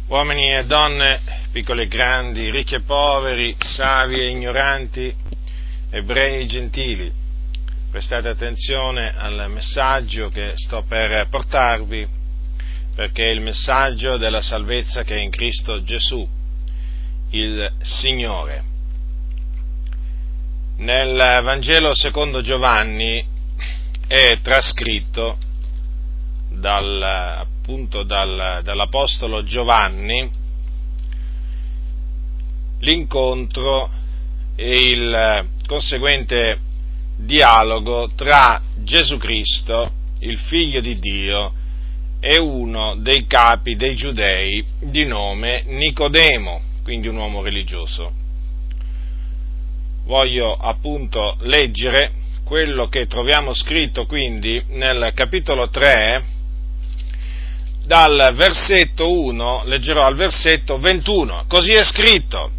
uomini e donne, piccoli e grandi, ricchi e poveri, savi e ignoranti, ebrei e gentili, prestate attenzione al messaggio che sto per portarvi, perché è il messaggio della salvezza che è in Cristo Gesù, il Signore. Nel Vangelo secondo Giovanni è trascritto dall'Apostolo Giovanni l'incontro e il conseguente dialogo tra Gesù Cristo, il Figlio di Dio, e uno dei capi dei Giudei di nome Nicodemo, quindi un uomo religioso. Voglio appunto leggere quello che troviamo scritto quindi nel capitolo 3, dal versetto 1, leggerò al versetto 21, così è scritto: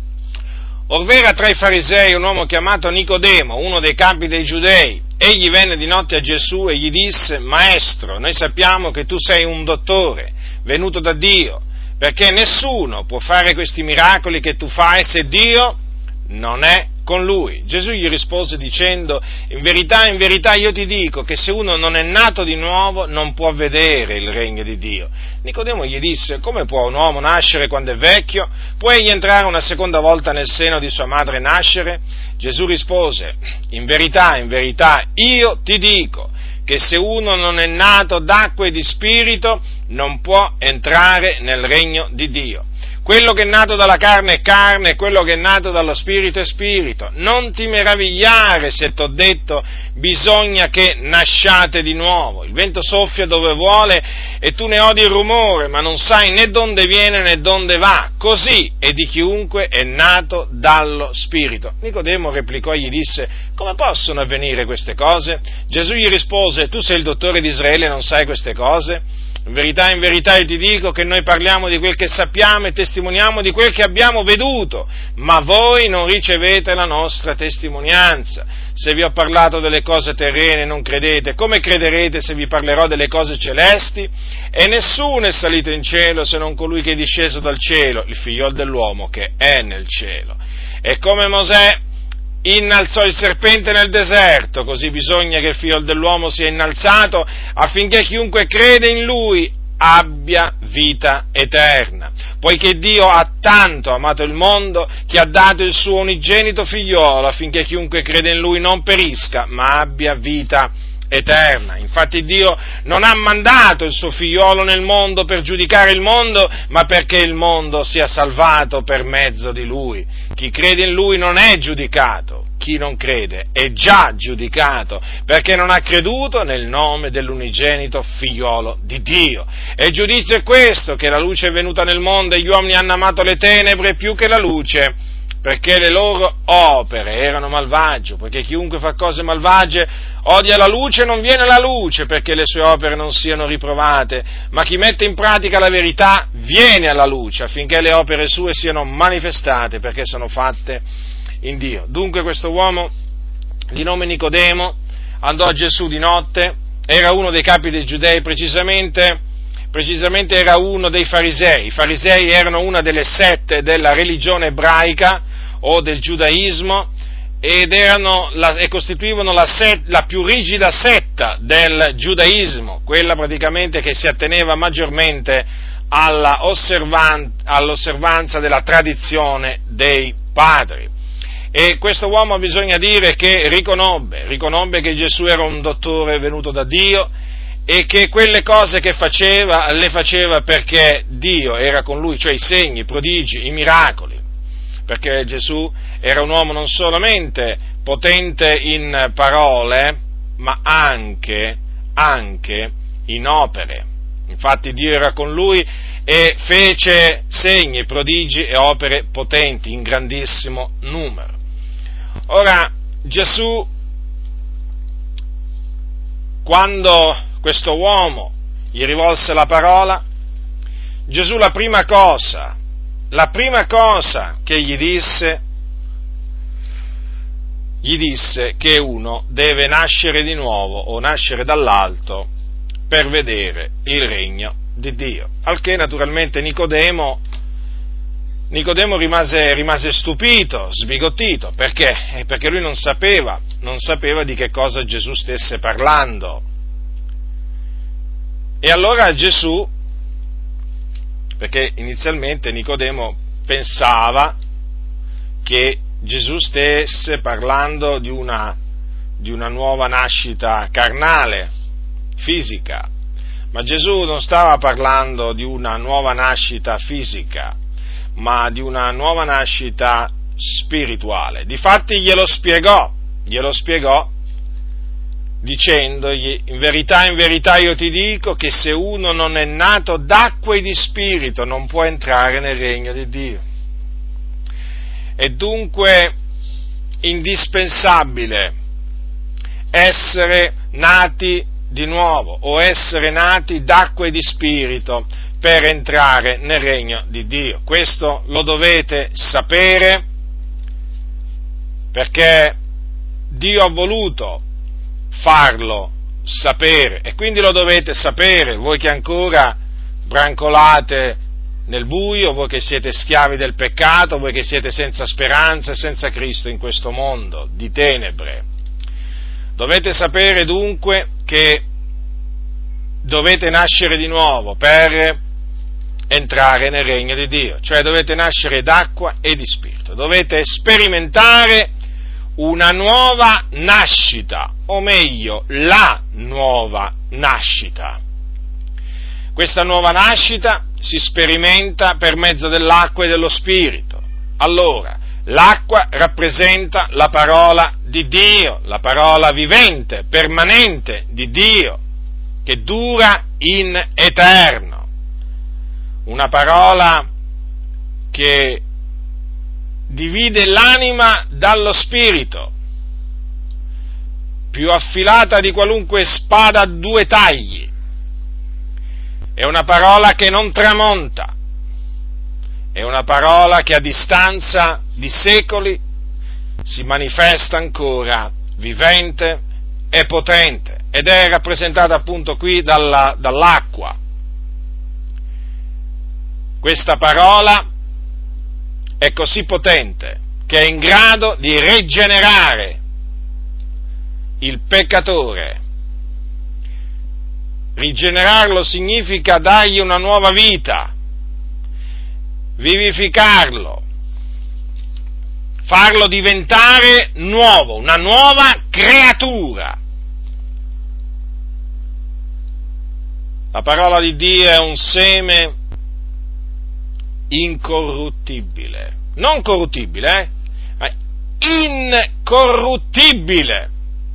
Orv'era tra i farisei un uomo chiamato Nicodemo, uno dei capi dei Giudei. Egli venne di notte a Gesù e gli disse: Maestro, noi sappiamo che tu sei un dottore, venuto da Dio, perché nessuno può fare questi miracoli che tu fai se Dio non è con lui. Gesù gli rispose dicendo: in verità io ti dico che se uno non è nato di nuovo non può vedere il regno di Dio. Nicodemo gli disse: come può un uomo nascere quando è vecchio? Può egli entrare una seconda volta nel seno di sua madre e nascere? Gesù rispose: in verità io ti dico che se uno non è nato d'acqua e di spirito non può entrare nel regno di Dio. Quello che è nato dalla carne è carne, e quello che è nato dallo spirito è spirito. Non ti meravigliare se t'ho detto: bisogna che nasciate di nuovo. Il vento soffia dove vuole e tu ne odi il rumore, ma non sai né dove viene né dove va. Così è di chiunque è nato dallo spirito. Nicodemo replicò e gli disse: come possono avvenire queste cose? Gesù gli rispose: tu sei il dottore di Israele e non sai queste cose? In verità io ti dico che noi parliamo di quel che sappiamo e testimoniamo di quel che abbiamo veduto, ma voi non ricevete la nostra testimonianza. Se vi ho parlato delle cose terrene non credete, come crederete se vi parlerò delle cose celesti? E nessuno è salito in cielo se non colui che è disceso dal cielo, il figliol dell'uomo che è nel cielo. E come Mosè innalzò il serpente nel deserto, così bisogna che il figlio dell'uomo sia innalzato affinché chiunque crede in lui abbia vita eterna. Poiché Dio ha tanto amato il mondo che ha dato il suo unigenito figliolo affinché chiunque crede in lui non perisca ma abbia vita eterna. Infatti Dio non ha mandato il suo figliolo nel mondo per giudicare il mondo, ma perché il mondo sia salvato per mezzo di lui. Chi crede in lui non è giudicato, chi non crede è già giudicato, perché non ha creduto nel nome dell'unigenito figliolo di Dio. E il giudizio è questo, che la luce è venuta nel mondo e gli uomini hanno amato le tenebre più che la luce, perché le loro opere erano malvagie. Poiché chiunque fa cose malvagie odia la luce e non viene alla luce, perché le sue opere non siano riprovate, ma chi mette in pratica la verità viene alla luce, affinché le opere sue siano manifestate, perché sono fatte in Dio. Dunque questo uomo di nome Nicodemo andò a Gesù di notte, era uno dei capi dei Giudei, precisamente era uno dei farisei. I farisei erano una delle sette della religione ebraica o del giudaismo ed costituivano la più rigida setta del giudaismo, quella praticamente che si atteneva maggiormente all'osservanza della tradizione dei padri. E questo uomo, bisogna dire, che riconobbe che Gesù era un dottore venuto da Dio e che quelle cose che faceva, le faceva perché Dio era con lui, cioè i segni, i prodigi, i miracoli, perché Gesù era un uomo non solamente potente in parole, ma anche in opere. Infatti Dio era con lui e fece segni, prodigi e opere potenti in grandissimo numero. Ora, Gesù, quando questo uomo gli rivolse la parola, Gesù la prima cosa che gli disse che uno deve nascere di nuovo o nascere dall'alto per vedere il regno di Dio. Al che naturalmente Nicodemo rimase stupito, sbigottito. Perché? Perché lui non sapeva di che cosa Gesù stesse parlando. E allora Gesù, perché inizialmente Nicodemo pensava che Gesù stesse parlando di una nuova nascita carnale, fisica, ma Gesù non stava parlando di una nuova nascita fisica, ma di una nuova nascita spirituale. Difatti glielo spiegò dicendogli: in verità io ti dico che se uno non è nato d'acqua e di spirito non può entrare nel regno di Dio. È dunque indispensabile essere nati di nuovo o essere nati d'acqua e di spirito per entrare nel regno di Dio. Questo lo dovete sapere, perché Dio ha voluto farlo sapere, e quindi lo dovete sapere, voi che ancora brancolate nel buio, voi che siete schiavi del peccato, voi che siete senza speranza e senza Cristo in questo mondo di tenebre. Dovete sapere dunque che dovete nascere di nuovo per entrare nel regno di Dio, cioè dovete nascere d'acqua e di spirito, dovete sperimentare una nuova nascita, o meglio, la nuova nascita. Questa nuova nascita si sperimenta per mezzo dell'acqua e dello spirito. Allora, l'acqua rappresenta la parola di Dio, la parola vivente, permanente di Dio, che dura in eterno. Una parola che divide l'anima dallo spirito, più affilata di qualunque spada a due tagli. È una parola che non tramonta, è una parola che a distanza di secoli si manifesta ancora vivente e potente, ed è rappresentata appunto qui dall'acqua. Questa parola è così potente che è in grado di rigenerare il peccatore. Rigenerarlo significa dargli una nuova vita, vivificarlo, farlo diventare nuovo, una nuova creatura. La parola di Dio è un seme incorruttibile, non corruttibile, ma incorruttibile.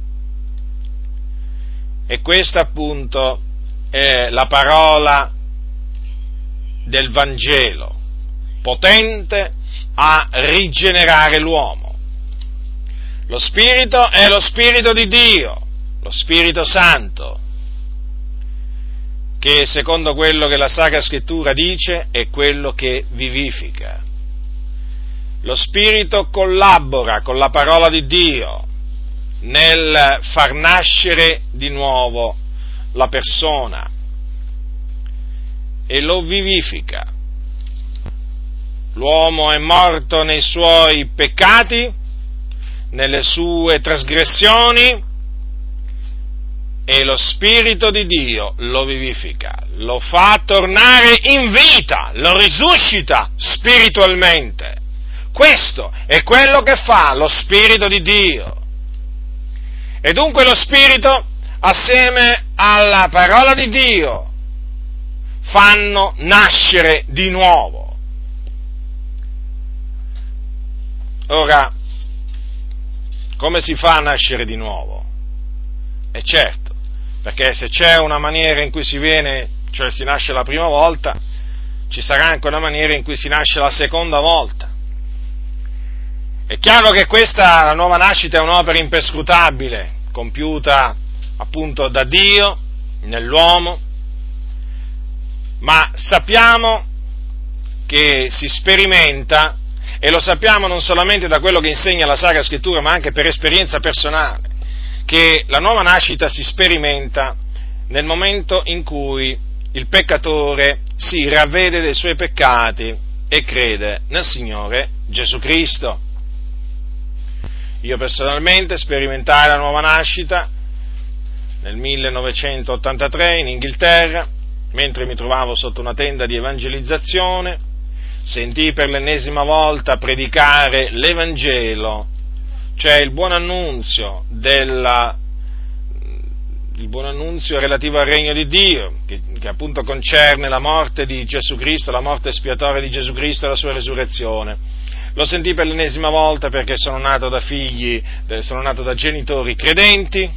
E questa appunto è la parola del Vangelo, potente a rigenerare l'uomo. Lo Spirito è lo Spirito di Dio, lo Spirito Santo, che secondo quello che la Sacra Scrittura dice è quello che vivifica. Lo Spirito collabora con la parola di Dio nel far nascere di nuovo la persona e lo vivifica. L'uomo è morto nei suoi peccati, nelle sue trasgressioni, e lo Spirito di Dio lo vivifica, lo fa tornare in vita, lo risuscita spiritualmente. Questo è quello che fa lo Spirito di Dio. E dunque lo Spirito, assieme alla parola di Dio, fanno nascere di nuovo. Ora, come si fa a nascere di nuovo? È certo, perché se c'è una maniera in cui si viene, cioè si nasce la prima volta, ci sarà anche una maniera in cui si nasce la seconda volta. È chiaro che questa, la nuova nascita, è un'opera imperscrutabile, compiuta appunto da Dio nell'uomo, ma sappiamo che si sperimenta, e lo sappiamo non solamente da quello che insegna la Sacra Scrittura, ma anche per esperienza personale, che la nuova nascita si sperimenta nel momento in cui il peccatore si ravvede dei suoi peccati e crede nel Signore Gesù Cristo. Io personalmente sperimentai la nuova nascita nel 1983 in Inghilterra, mentre mi trovavo sotto una tenda di evangelizzazione, sentii per l'ennesima volta predicare l'Evangelo, cioè il buon annunzio relativo al regno di Dio, che appunto concerne la morte di Gesù Cristo, la morte espiatoria di Gesù Cristo e la sua resurrezione. Lo sentii per l'ennesima volta perché sono nato da genitori credenti,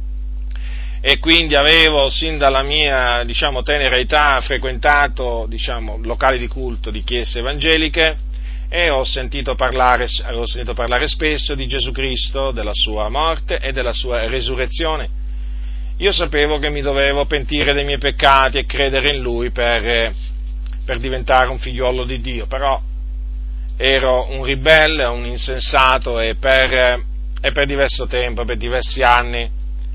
e quindi avevo sin dalla mia, tenera età frequentato, locali di culto di chiese evangeliche, e ho sentito parlare spesso di Gesù Cristo, della sua morte e della sua resurrezione. Io sapevo che mi dovevo pentire dei miei peccati e credere in Lui per diventare un figliuolo di Dio, però ero un ribelle, un insensato e per diverso tempo, per diversi anni,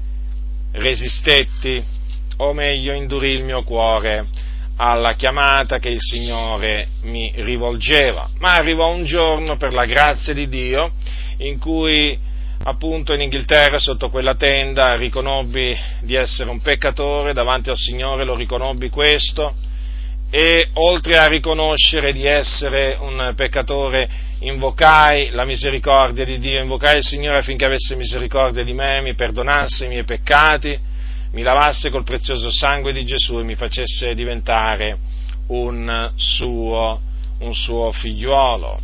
resistetti, o meglio indurì il mio cuore alla chiamata che il Signore mi rivolgeva. Ma arrivò un giorno, per la grazia di Dio, in cui appunto in Inghilterra, sotto quella tenda, riconobbi di essere un peccatore davanti al Signore, lo riconobbi questo, e oltre a riconoscere di essere un peccatore, invocai la misericordia di Dio, invocai il Signore affinché avesse misericordia di me, mi perdonasse i miei peccati, mi lavasse col prezioso sangue di Gesù e mi facesse diventare un suo figliuolo.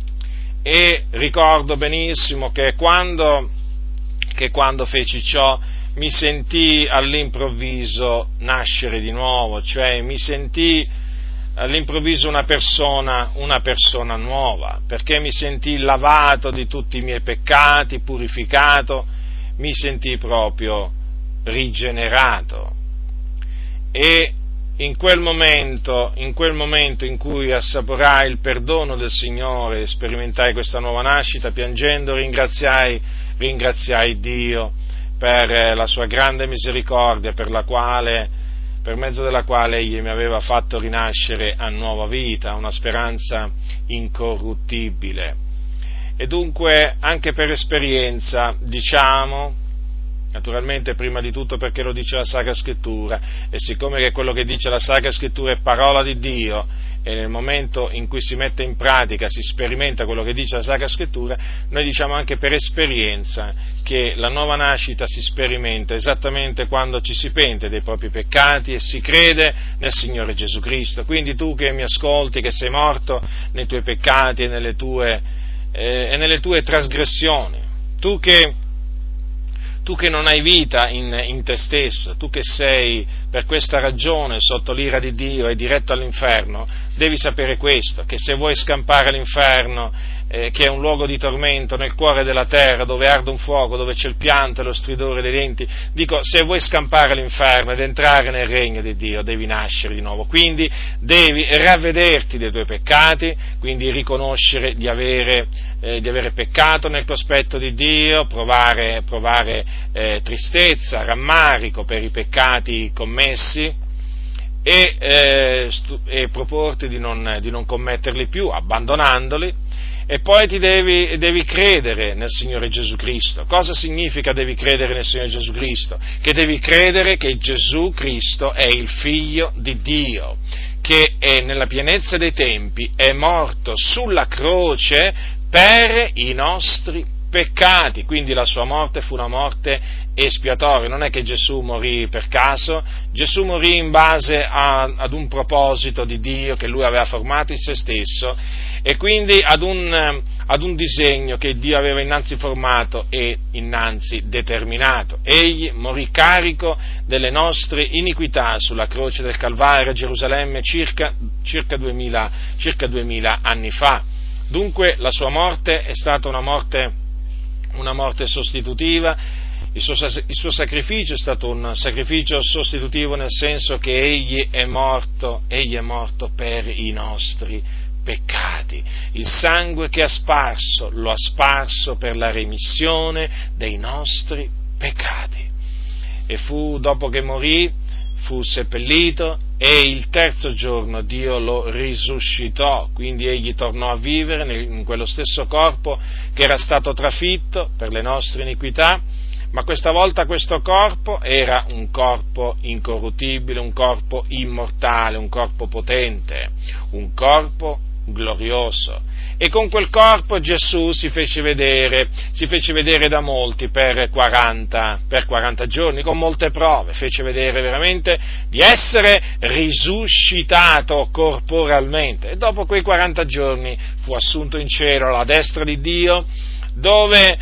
E ricordo benissimo che quando feci ciò mi sentii all'improvviso nascere di nuovo, cioè mi sentii all'improvviso una persona nuova, perché mi sentii lavato di tutti i miei peccati, purificato, mi sentii proprio rigenerato. E in quel momento in cui assaporai il perdono del Signore e sperimentai questa nuova nascita, piangendo ringraziai Dio per la sua grande misericordia, per mezzo della quale Egli mi aveva fatto rinascere a nuova vita, a una speranza incorruttibile. E dunque, anche per esperienza, naturalmente prima di tutto perché lo dice la Sacra Scrittura, e siccome che quello che dice la Sacra Scrittura è parola di Dio, e nel momento in cui si mette in pratica, si sperimenta quello che dice la Sacra Scrittura, noi diciamo anche per esperienza che la nuova nascita si sperimenta esattamente quando ci si pente dei propri peccati e si crede nel Signore Gesù Cristo. Quindi tu che mi ascolti, che sei morto nei tuoi peccati e nelle tue trasgressioni, tu che non hai vita in te stesso, tu che sei per questa ragione sotto l'ira di Dio e diretto all'inferno, devi sapere questo, che se vuoi scampare all'inferno, che è un luogo di tormento nel cuore della terra, dove arde un fuoco, dove c'è il pianto e lo stridore dei denti, se vuoi scampare all'inferno ed entrare nel regno di Dio, devi nascere di nuovo, quindi devi ravvederti dei tuoi peccati, quindi riconoscere di avere peccato nel cospetto di Dio, provare tristezza, rammarico per i peccati commessi e proporti di non commetterli più, abbandonandoli. E poi devi credere nel Signore Gesù Cristo. Cosa significa devi credere nel Signore Gesù Cristo? Che devi credere che Gesù Cristo è il Figlio di Dio, che è nella pienezza dei tempi, è morto sulla croce per i nostri peccati, quindi la sua morte fu una morte espiatoria, non è che Gesù morì per caso, Gesù morì in base ad un proposito di Dio che lui aveva formato in se stesso e quindi ad un disegno che Dio aveva innanzi formato e innanzi determinato. Egli morì carico delle nostre iniquità sulla croce del Calvario a Gerusalemme circa 2000 anni fa. Dunque la sua morte è stata una morte sostitutiva, il suo sacrificio è stato un sacrificio sostitutivo nel senso che egli è morto per i nostri peccati. Il sangue che ha sparso, lo ha sparso per la remissione dei nostri peccati. E dopo che morì, fu seppellito e il terzo giorno Dio lo risuscitò, quindi egli tornò a vivere in quello stesso corpo che era stato trafitto per le nostre iniquità, ma questa volta questo corpo era un corpo incorruttibile, un corpo immortale, un corpo potente, un corpo glorioso. E con quel corpo Gesù si fece vedere da molti per 40 giorni, con molte prove, fece vedere veramente di essere risuscitato corporalmente, e dopo quei 40 giorni fu assunto in cielo alla destra di Dio, dove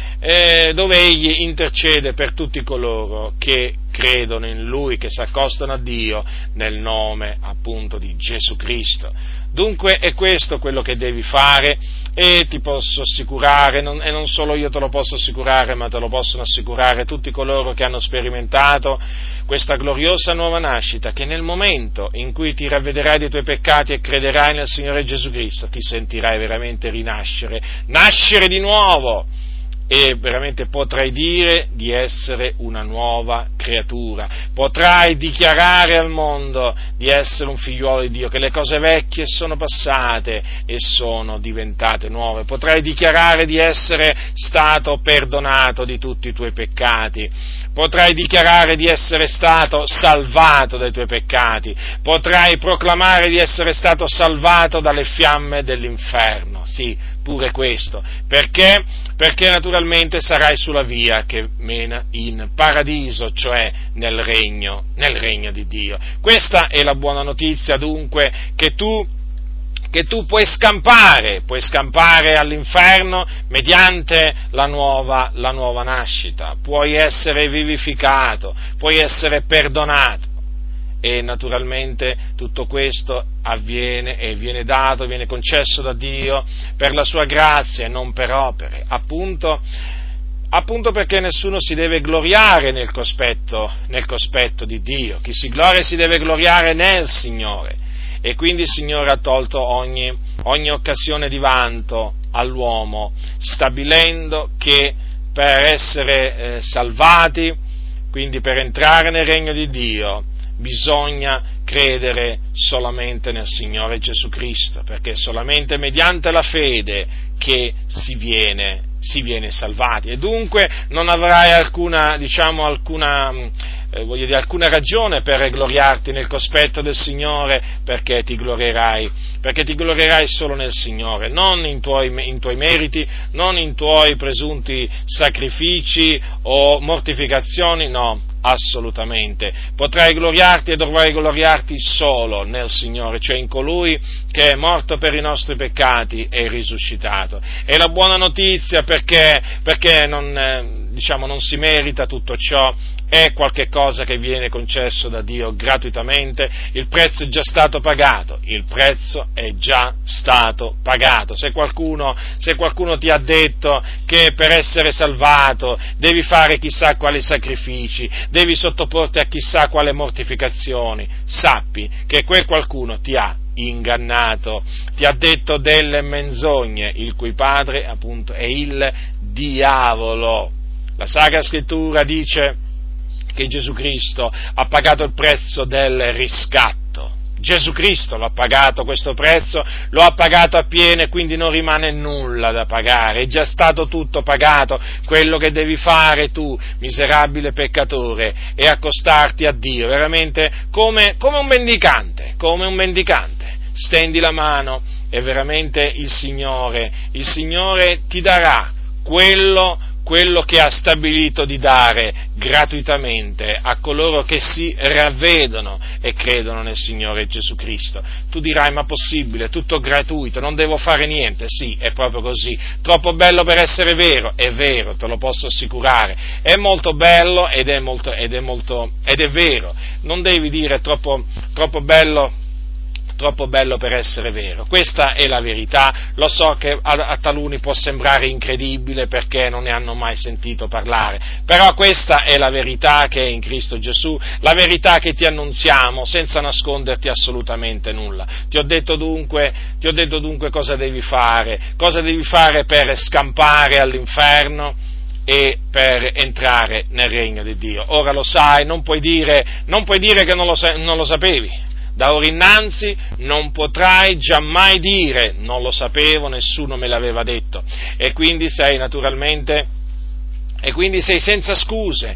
egli intercede per tutti coloro che credono in Lui, che si accostano a Dio nel nome appunto di Gesù Cristo. Dunque è questo quello che devi fare, e ti posso assicurare, e non solo io te lo posso assicurare, ma te lo possono assicurare tutti coloro che hanno sperimentato questa gloriosa nuova nascita, che nel momento in cui ti ravvederai dei tuoi peccati e crederai nel Signore Gesù Cristo, ti sentirai veramente nascere di nuovo, e veramente potrai dire di essere una nuova creatura, potrai dichiarare al mondo di essere un figliuolo di Dio, che le cose vecchie sono passate e sono diventate nuove, potrai dichiarare di essere stato perdonato di tutti i tuoi peccati, potrai dichiarare di essere stato salvato dai tuoi peccati, potrai proclamare di essere stato salvato dalle fiamme dell'inferno, sì, pure questo, perché naturalmente sarai sulla via che mena in paradiso, cioè nel regno di Dio. Questa è la buona notizia, dunque, che tu puoi scampare all'inferno mediante la nuova nascita, puoi essere vivificato, puoi essere perdonato. E naturalmente tutto questo avviene e viene concesso da Dio per la sua grazia e non per opere, appunto perché nessuno si deve gloriare nel cospetto di Dio. Chi si gloria si deve gloriare nel Signore, e quindi il Signore ha tolto ogni occasione di vanto all'uomo, stabilendo che per essere salvati, quindi per entrare nel regno di Dio, bisogna credere solamente nel Signore Gesù Cristo, perché è solamente mediante la fede che si viene salvati, e dunque non avrai alcuna ragione per gloriarti nel cospetto del Signore, perché ti glorierai solo nel Signore, non in tuoi meriti, non in tuoi presunti sacrifici o mortificazioni, no, assolutamente. Potrai gloriarti e dovrai gloriarti solo nel Signore, cioè in colui che è morto per i nostri peccati e risuscitato. È la buona notizia, perché non si merita tutto ciò, è qualche cosa che viene concesso da Dio gratuitamente, il prezzo è già stato pagato, Se qualcuno ti ha detto che per essere salvato devi fare chissà quali sacrifici, devi sottoporti a chissà quale mortificazioni, sappi che quel qualcuno ti ha ingannato, ti ha detto delle menzogne, il cui padre appunto è il diavolo. La Sacra Scrittura dice che Gesù Cristo ha pagato il prezzo del riscatto. Gesù Cristo l'ha pagato questo prezzo, lo ha pagato appieno, e quindi non rimane nulla da pagare, è già stato tutto pagato. Quello che devi fare tu, miserabile peccatore, è accostarti a Dio, veramente come un mendicante, stendi la mano e veramente il Signore ti darà quello che ha stabilito di dare gratuitamente a coloro che si ravvedono e credono nel Signore Gesù Cristo. Tu dirai: ma possibile, tutto gratuito, non devo fare niente? Sì, è proprio così, troppo bello per essere vero, è vero, te lo posso assicurare, è molto bello ed è vero, non devi dire troppo bello per essere vero. Questa è la verità. Lo so che a taluni può sembrare incredibile perché non ne hanno mai sentito parlare, però questa è la verità che è in Cristo Gesù, la verità che ti annunziamo senza nasconderti assolutamente nulla. Ti ho detto dunque cosa devi fare per scampare all'inferno. e per entrare nel regno di Dio. Ora lo sai, non puoi dire che non lo sapevi. Da ora innanzi non potrai giammai dire non lo sapevo, nessuno me l'aveva detto, e quindi sei senza scuse,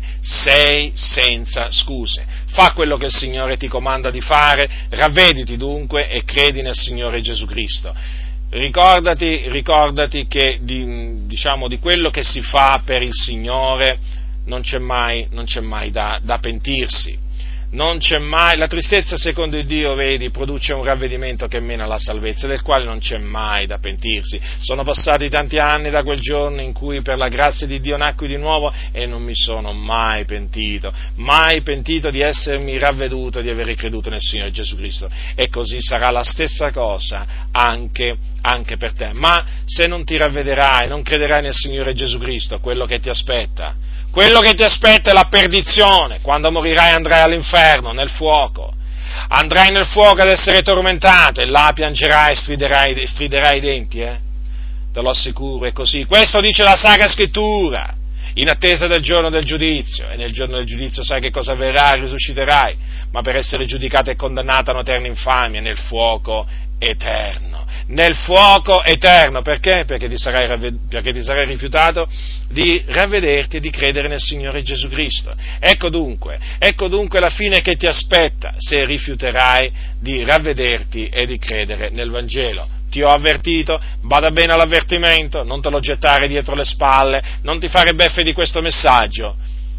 Fa quello che il Signore ti comanda di fare, ravvediti dunque e credi nel Signore Gesù Cristo. Ricordati che di quello che si fa per il Signore non c'è mai da pentirsi. Non c'è mai, la tristezza secondo il Dio, vedi, produce un ravvedimento che mena alla salvezza, del quale non c'è mai da pentirsi. Sono passati tanti anni da quel giorno in cui per la grazia di Dio nacqui di nuovo e non mi sono mai pentito di essermi ravveduto, di aver creduto nel Signore Gesù Cristo. E così sarà la stessa cosa anche per te. Ma se non ti ravvederai, non crederai nel Signore Gesù Cristo, quello che ti aspetta è la perdizione. Quando morirai andrai all'inferno, nel fuoco. Andrai nel fuoco ad essere tormentato e là piangerai e striderai i denti, Te lo assicuro, è così. Questo dice la Sacra Scrittura, in attesa del giorno del giudizio. E nel giorno del giudizio sai che cosa avverrà? Risusciterai, ma per essere giudicato e condannato a un'eterna infamia nel fuoco eterno. Perché? Perché ti sarai rifiutato di ravvederti e di credere nel Signore Gesù Cristo. Ecco dunque la fine che ti aspetta se rifiuterai di ravvederti e di credere nel Vangelo. Ti ho avvertito, bada bene all'avvertimento, non te lo gettare dietro le spalle, non ti fare beffe di questo messaggio.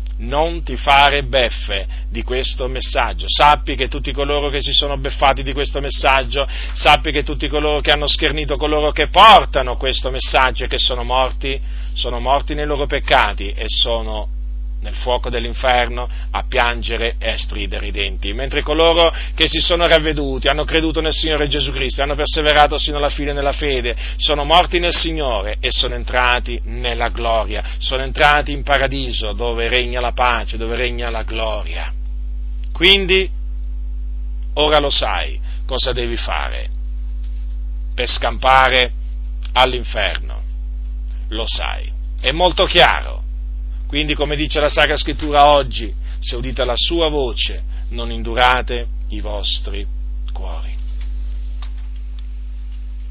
Sappi che tutti coloro che si sono beffati di questo messaggio, sappi che tutti coloro che hanno schernito coloro che portano questo messaggio e che sono morti nei loro peccati e sono nel fuoco dell'inferno a piangere e a stridere i denti, mentre coloro che si sono ravveduti, hanno creduto nel Signore Gesù Cristo, hanno perseverato sino alla fine nella fede, sono morti nel Signore e sono entrati nella gloria, sono entrati in paradiso dove regna la pace, dove regna la gloria. Quindi, ora lo sai cosa devi fare per scampare all'inferno, lo sai, è molto chiaro. Quindi, come dice la Sacra Scrittura oggi, se udite la sua voce, non indurate i vostri cuori.